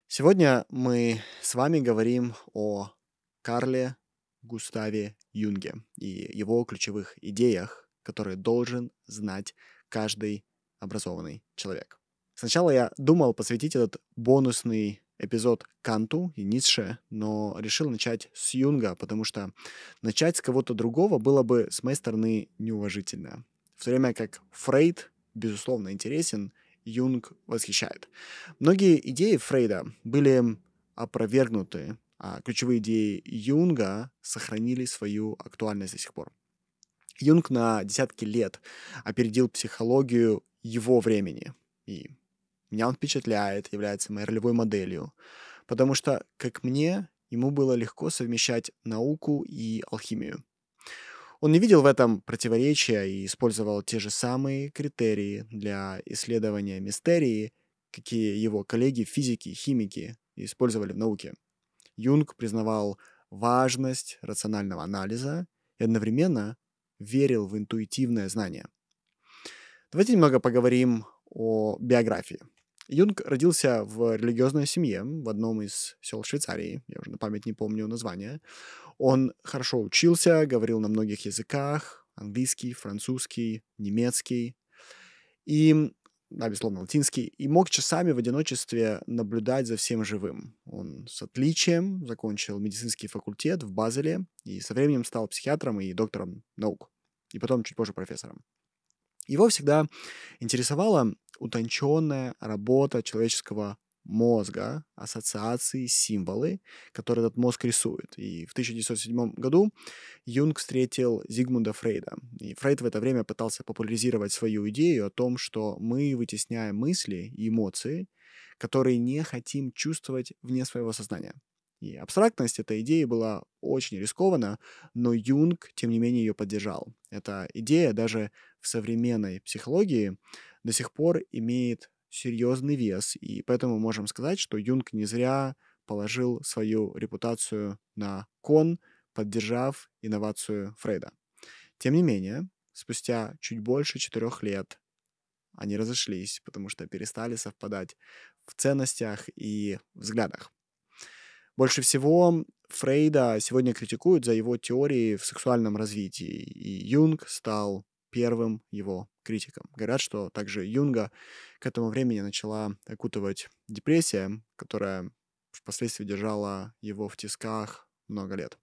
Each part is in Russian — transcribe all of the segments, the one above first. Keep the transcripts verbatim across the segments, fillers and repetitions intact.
Сегодня мы с вами говорим о Карле Густаве Юнге и его ключевых идеях, которые должен знать каждый образованный человек. Сначала я думал посвятить этот бонусный эпизод Канту и Ницше, но решил начать с Юнга, потому что начать с кого-то другого было бы с моей стороны неуважительно. В то время как Фрейд, безусловно, интересен, Юнг восхищает. Многие идеи Фрейда были опровергнуты, а ключевые идеи Юнга сохранили свою актуальность до сих пор. Юнг на десятки лет опередил психологию его времени. И меня он впечатляет, является моей ролевой моделью, потому что, как мне, ему было легко совмещать науку и алхимию. Он не видел в этом противоречия и использовал те же самые критерии для исследования мистерии, какие его коллеги физики, химики использовали в науке. Юнг признавал важность рационального анализа и одновременно верил в интуитивное знание. Давайте немного поговорим о биографии. Юнг родился в религиозной семье в одном из сел Швейцарии, я уже на память не помню название. Он хорошо учился, говорил на многих языках: английский, французский, немецкий и, да, безусловно, латинский, и мог часами в одиночестве наблюдать за всем живым. Он с отличием закончил медицинский факультет в Базеле и со временем стал психиатром и доктором наук, и потом чуть позже профессором. Его всегда интересовала утонченная работа человеческого мозга, ассоциации, символы, которые этот мозг рисует. И в тысяча девятьсот седьмом году Юнг встретил Зигмунда Фрейда. И Фрейд в это время пытался популяризировать свою идею о том, что мы вытесняем мысли и эмоции, которые не хотим чувствовать вне своего сознания. И абстрактность этой идеи была очень рискована, но Юнг, тем не менее, ее поддержал. Эта идея даже в современной психологии до сих пор имеет серьезный вес, и поэтому можем сказать, что Юнг не зря положил свою репутацию на кон, поддержав инновацию Фрейда. Тем не менее, спустя чуть больше четырех лет они разошлись, потому что перестали совпадать в ценностях и взглядах. Больше всего Фрейда сегодня критикуют за его теории в сексуальном развитии, и Юнг стал первым его критиком. Говорят, что также Юнга к этому времени начала окутывать депрессия, которая впоследствии держала его в тисках много лет.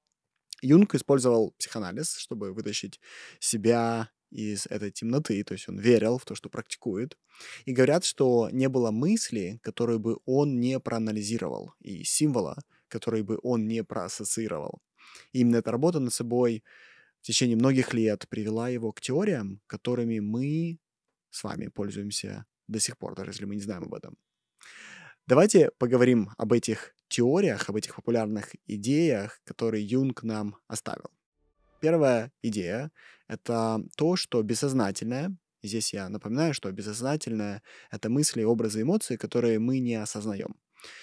Юнг использовал психоанализ, чтобы вытащить себя из этой темноты, то есть он верил в то, что практикует. И говорят, что не было мысли, которую бы он не проанализировал, и символа, который бы он не проассоциировал. И именно эта работа над собой в течение многих лет привела его к теориям, которыми мы с вами пользуемся до сих пор, даже если мы не знаем об этом. Давайте поговорим об этих теориях, об этих популярных идеях, которые Юнг нам оставил. Первая идея — это то, что бессознательное, и здесь я напоминаю, что бессознательное — это мысли, образы, эмоции, которые мы не осознаем,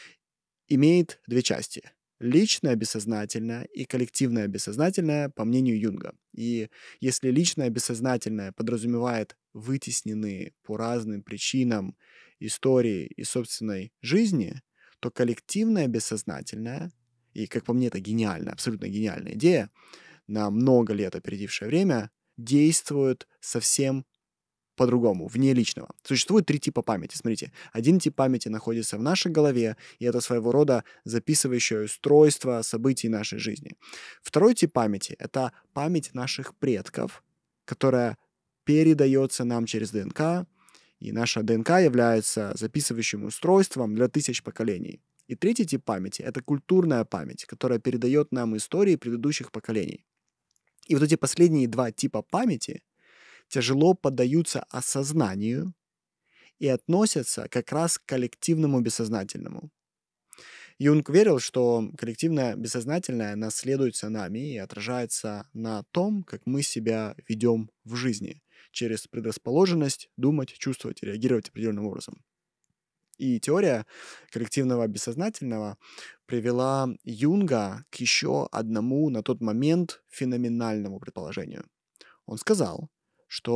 имеет две части: личное бессознательное и коллективное бессознательное, по мнению Юнга. И если личное бессознательное подразумевает вытесненные по разным причинам истории из собственной жизни, то коллективное бессознательное, и, как по мне, это гениальная, абсолютно гениальная идея, на много лет опередившее время, действует совсем по-другому, вне личного. Существует три типа памяти. Смотрите, один тип памяти находится в нашей голове, и это своего рода записывающее устройство событий нашей жизни. Второй тип памяти — это память наших предков, которая передается нам через ДНК, и наша ДНК является записывающим устройством для тысяч поколений. И третий тип памяти — это культурная память, которая передает нам истории предыдущих поколений. И вот эти последние два типа памяти тяжело поддаются осознанию и относятся как раз к коллективному бессознательному. Юнг верил, что коллективное бессознательное наследуется нами и отражается на том, как мы себя ведем в жизни, через предрасположенность думать, чувствовать и реагировать определенным образом. И теория коллективного бессознательного привела Юнга к еще одному на тот момент феноменальному предположению. Он сказал, что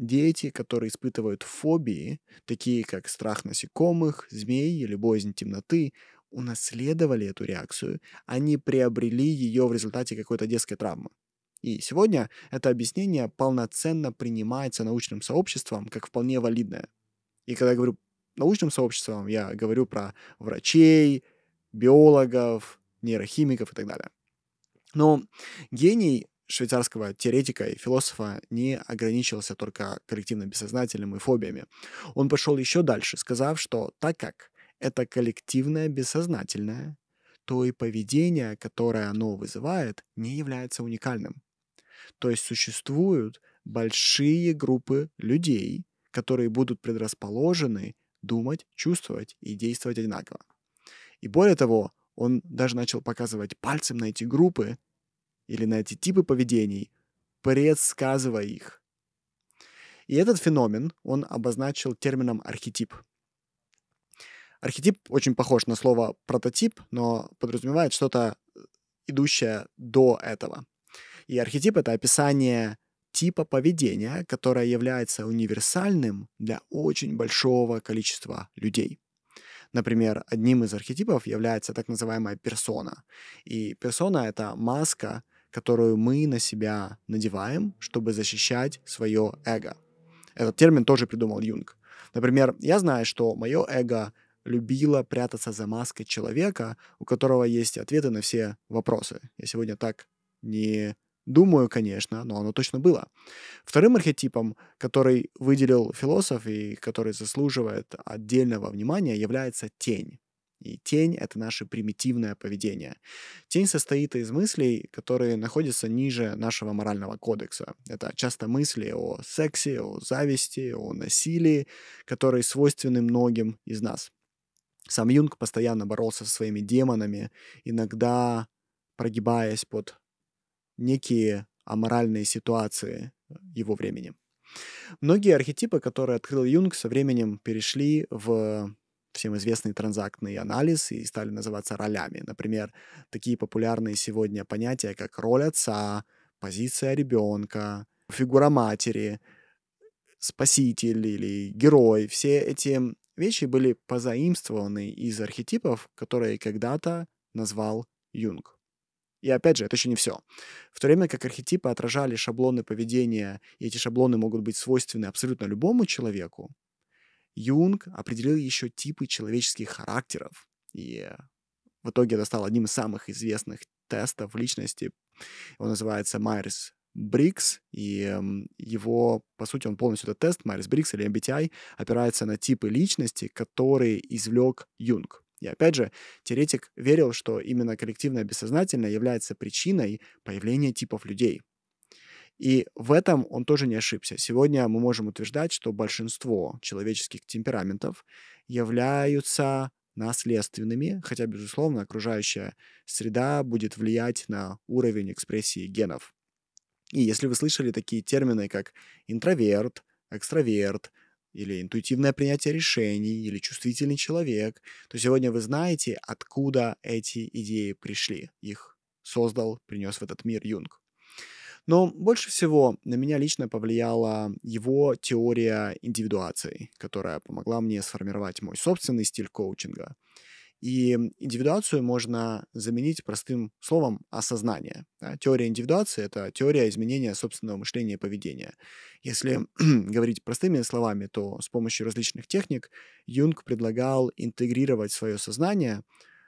Дети, которые испытывают фобии, такие как страх насекомых, змей или боязнь темноты, унаследовали эту реакцию, они приобрели ее в результате какой-то детской травмы. И сегодня это объяснение полноценно принимается научным сообществом как вполне валидное. И когда я говорю научным сообществом, я говорю про врачей, биологов, нейрохимиков и так далее. Но гений швейцарского теоретика и философа не ограничился только коллективно-бессознательным и фобиями. Он пошел еще дальше, сказав, что так как это коллективное бессознательное, то и поведение, которое оно вызывает, не является уникальным. То есть существуют большие группы людей, которые будут предрасположены думать, чувствовать и действовать одинаково. И более того, он даже начал показывать пальцем на эти группы или на эти типы поведений, предсказывая их. И этот феномен он обозначил термином архетип. Архетип очень похож на слово прототип, но подразумевает что-то, идущее до этого. И архетип — это описание типа поведения, которое является универсальным для очень большого количества людей. Например, одним из архетипов является так называемая персона. И персона — это маска, которую мы на себя надеваем, чтобы защищать свое эго. Этот термин тоже придумал Юнг. Например, я знаю, что мое эго любило прятаться за маской человека, у которого есть ответы на все вопросы. Я сегодня так не думаю, конечно, но оно точно было. Вторым архетипом, который выделил философ и который заслуживает отдельного внимания, является тень. И тень — это наше примитивное поведение. Тень состоит из мыслей, которые находятся ниже нашего морального кодекса. Это часто мысли о сексе, о зависти, о насилии, которые свойственны многим из нас. Сам Юнг постоянно боролся со своими демонами, иногда прогибаясь под некие аморальные ситуации его времени. Многие архетипы, которые открыл Юнг, со временем перешли в всем известный транзактный анализ и стали называться ролями. Например, такие популярные сегодня понятия, как роль отца, позиция ребенка, фигура матери, спаситель или герой. Все эти вещи были позаимствованы из архетипов, которые когда-то назвал Юнг. И опять же, это еще не все. В то время как архетипы отражали шаблоны поведения, и эти шаблоны могут быть свойственны абсолютно любому человеку, Юнг определил еще типы человеческих характеров. И в итоге это стало одним из самых известных тестов личности. Он называется Майерс-Бриггс, и эм, его, по сути, он полностью, этот тест, Майерс-Бриггс или эм би ти ай, опирается на типы личности, которые извлек Юнг. И опять же, теоретик верил, что именно коллективное бессознательное является причиной появления типов людей. И в этом он тоже не ошибся. Сегодня мы можем утверждать, что большинство человеческих темпераментов являются наследственными, хотя, безусловно, окружающая среда будет влиять на уровень экспрессии генов. И если вы слышали такие термины, как интроверт, экстраверт, или интуитивное принятие решений, или чувствительный человек, то сегодня вы знаете, откуда эти идеи пришли. Их создал, принес в этот мир Юнг. Но больше всего на меня лично повлияла его теория индивидуации, которая помогла мне сформировать мой собственный стиль коучинга. И индивидуацию можно заменить простым словом осознание. Да? Теория индивидуации — это теория изменения собственного мышления и поведения. Если говорить простыми словами, то с помощью различных техник Юнг предлагал интегрировать в свое сознание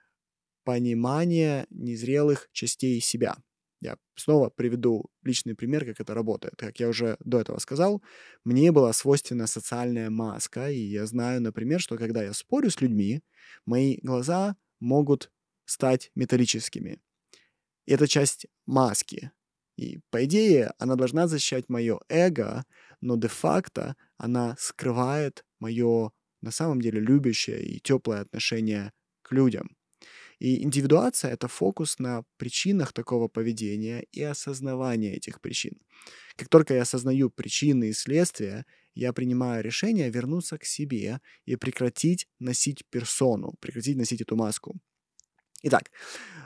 понимание незрелых частей себя. Я снова приведу личный пример, как это работает. Как я уже до этого сказал, мне была свойственна социальная маска, и я знаю, например, что когда я спорю с людьми, мои глаза могут стать металлическими. И это часть маски. И, по идее, она должна защищать мое эго, но де-факто она скрывает мое, на самом деле, любящее и теплое отношение к людям. И индивидуация — это фокус на причинах такого поведения и осознавание этих причин. Как только я осознаю причины и следствия, я принимаю решение вернуться к себе и прекратить носить персону, прекратить носить эту маску. Итак,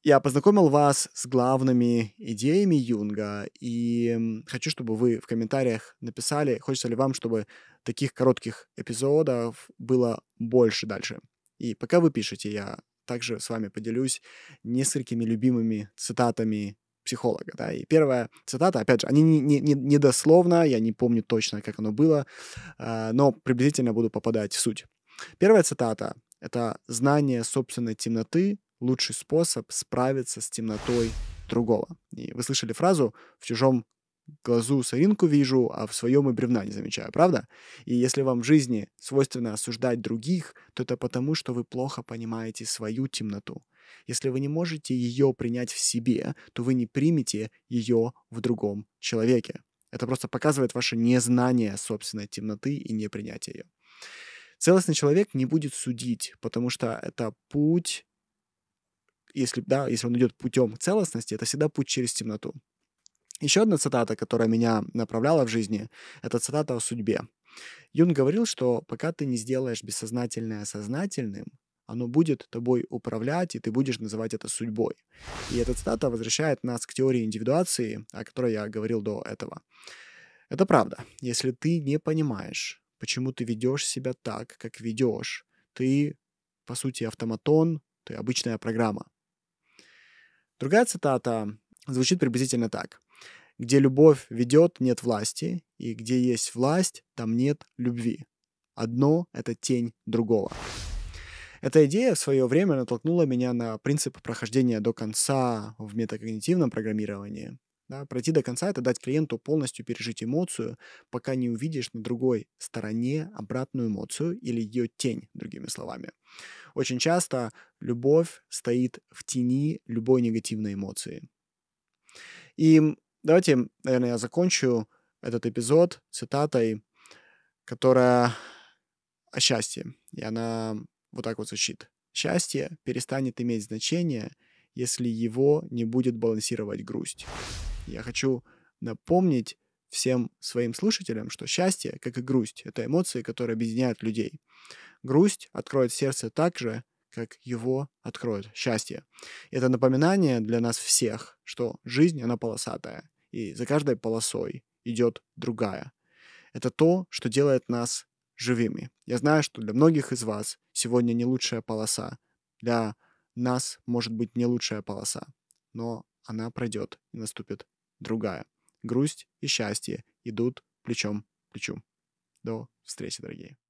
Я познакомил вас с главными идеями Юнга, и м, хочу, чтобы вы в комментариях написали, хочется ли вам, чтобы таких коротких эпизодов было больше дальше. И пока вы пишете, я также с вами поделюсь несколькими любимыми цитатами психолога. Да? И первая цитата, опять же, они не, не, не не дословно, я не помню точно, как оно было, а, но приблизительно буду попадать в суть. Первая цитата — это «знание собственной темноты — лучший способ справиться с темнотой другого». И вы слышали фразу «в чужом глазу соринку вижу, а в своем и бревна не замечаю», правда? И если вам в жизни свойственно осуждать других, то это потому, что вы плохо понимаете свою темноту. Если вы не можете ее принять в себе, то вы не примете ее в другом человеке. Это просто показывает ваше незнание собственной темноты и непринятие ее. Целостный человек не будет судить, потому что это путь, если, да, если он идет путем целостности, это всегда путь через темноту. Еще одна цитата, которая меня направляла в жизни, это цитата о судьбе. Юнг говорил, что пока ты не сделаешь бессознательное сознательным, оно будет тобой управлять, и ты будешь называть это судьбой. И эта цитата возвращает нас к теории индивидуации, о которой я говорил до этого. Это правда. Если ты не понимаешь, почему ты ведешь себя так, как ведешь, ты, по сути, автоматон, ты обычная программа. Другая цитата звучит приблизительно так. «Где любовь ведет, нет власти, и где есть власть, там нет любви. Одно — это тень другого». Эта идея в свое время натолкнула меня на принцип прохождения до конца в метакогнитивном программировании. Да, пройти до конца — это дать клиенту полностью пережить эмоцию, пока не увидишь на другой стороне обратную эмоцию или ее тень, другими словами. Очень часто любовь стоит в тени любой негативной эмоции. И давайте, наверное, я закончу этот эпизод цитатой, которая о счастье. И она вот так вот звучит. «Счастье перестанет иметь значение, если его не будет балансировать грусть». Я хочу напомнить всем своим слушателям, что счастье, как и грусть, это эмоции, которые объединяют людей. Грусть откроет сердце так же, как его откроет счастье. Это напоминание для нас всех, что жизнь, она полосатая, и за каждой полосой идет другая. Это то, что делает нас живыми. Я знаю, что для многих из вас сегодня не лучшая полоса. Для нас может быть не лучшая полоса, но она пройдет и наступит другая. Грусть и счастье идут плечом к плечу. До встречи, дорогие.